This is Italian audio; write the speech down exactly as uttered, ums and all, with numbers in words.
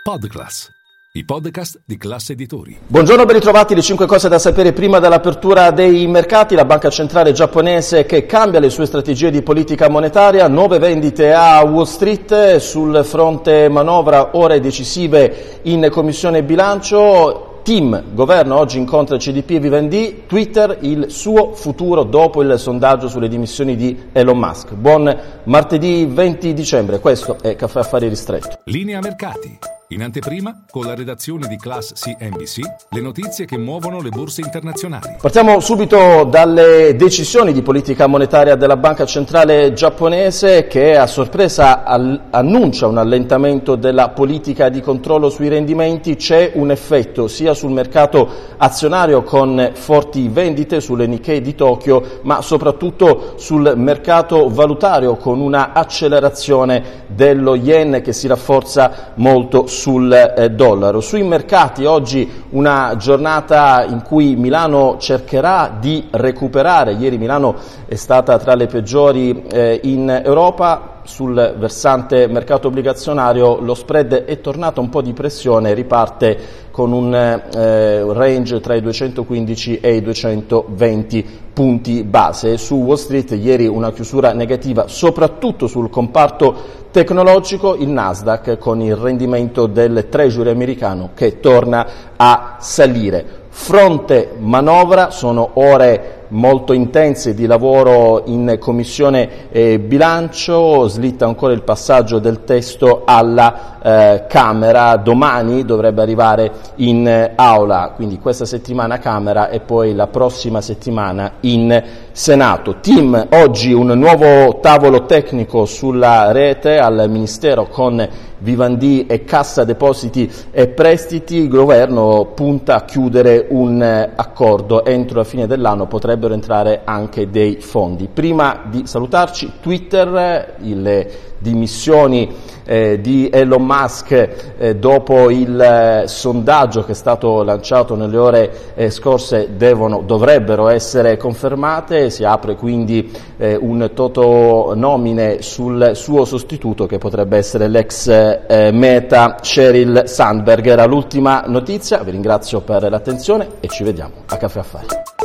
Podclass, i podcast di Class Editori. Buongiorno, ben ritrovati. Le cinque cose da sapere prima dell'apertura dei mercati. La banca centrale giapponese che cambia le sue strategie di politica monetaria, nuove vendite a Wall Street, sul fronte manovra ore decisive in commissione bilancio. Team, governo oggi incontra C D P e Vivendi, Twitter il suo futuro dopo il sondaggio sulle dimissioni di Elon Musk. Buon martedì venti dicembre, questo è Caffè Affari Ristretto. Linea mercati. In anteprima, con la redazione di Class C N B C, le notizie che muovono le borse internazionali. Partiamo subito dalle decisioni di politica monetaria della banca centrale giapponese, che a sorpresa al- annuncia un allentamento della politica di controllo sui rendimenti. C'è un effetto sia sul mercato azionario con forti vendite sulle Nikkei di Tokyo, ma soprattutto sul mercato valutario con una accelerazione dello yen che si rafforza molto sul eh, dollaro. Sui mercati oggi una giornata in cui Milano cercherà di recuperare. Ieri Milano è stata tra le peggiori eh, in Europa. Sul versante mercato obbligazionario lo spread è tornato un po' di pressione, riparte con un eh, range tra i duecentoquindici e i duecentoventi punti base. Su Wall Street ieri una chiusura negativa soprattutto sul comparto tecnologico, il Nasdaq con il rendimento del Treasury americano che torna a salire. Fronte manovra, sono ore molto intense di lavoro in commissione eh, bilancio, slitta ancora il passaggio del testo alla eh, Camera, domani dovrebbe arrivare in eh, aula, quindi questa settimana Camera e poi la prossima settimana in Senato. Team, oggi un nuovo tavolo tecnico sulla rete al Ministero con Vivendi e Cassa Depositi e Prestiti. Il governo punta a chiudere un eh, accordo entro la fine dell'anno, potrebbero entrare anche dei fondi. Prima di salutarci, Twitter, le dimissioni eh, di Elon Musk eh, dopo il eh, sondaggio che è stato lanciato nelle ore eh, scorse devono, dovrebbero essere confermate. Si apre quindi eh, un toto nomine sul suo sostituto che potrebbe essere l'ex eh, Meta Sheryl Sandberg. Era l'ultima notizia, vi ringrazio per l'attenzione e ci vediamo a Caffè Affari.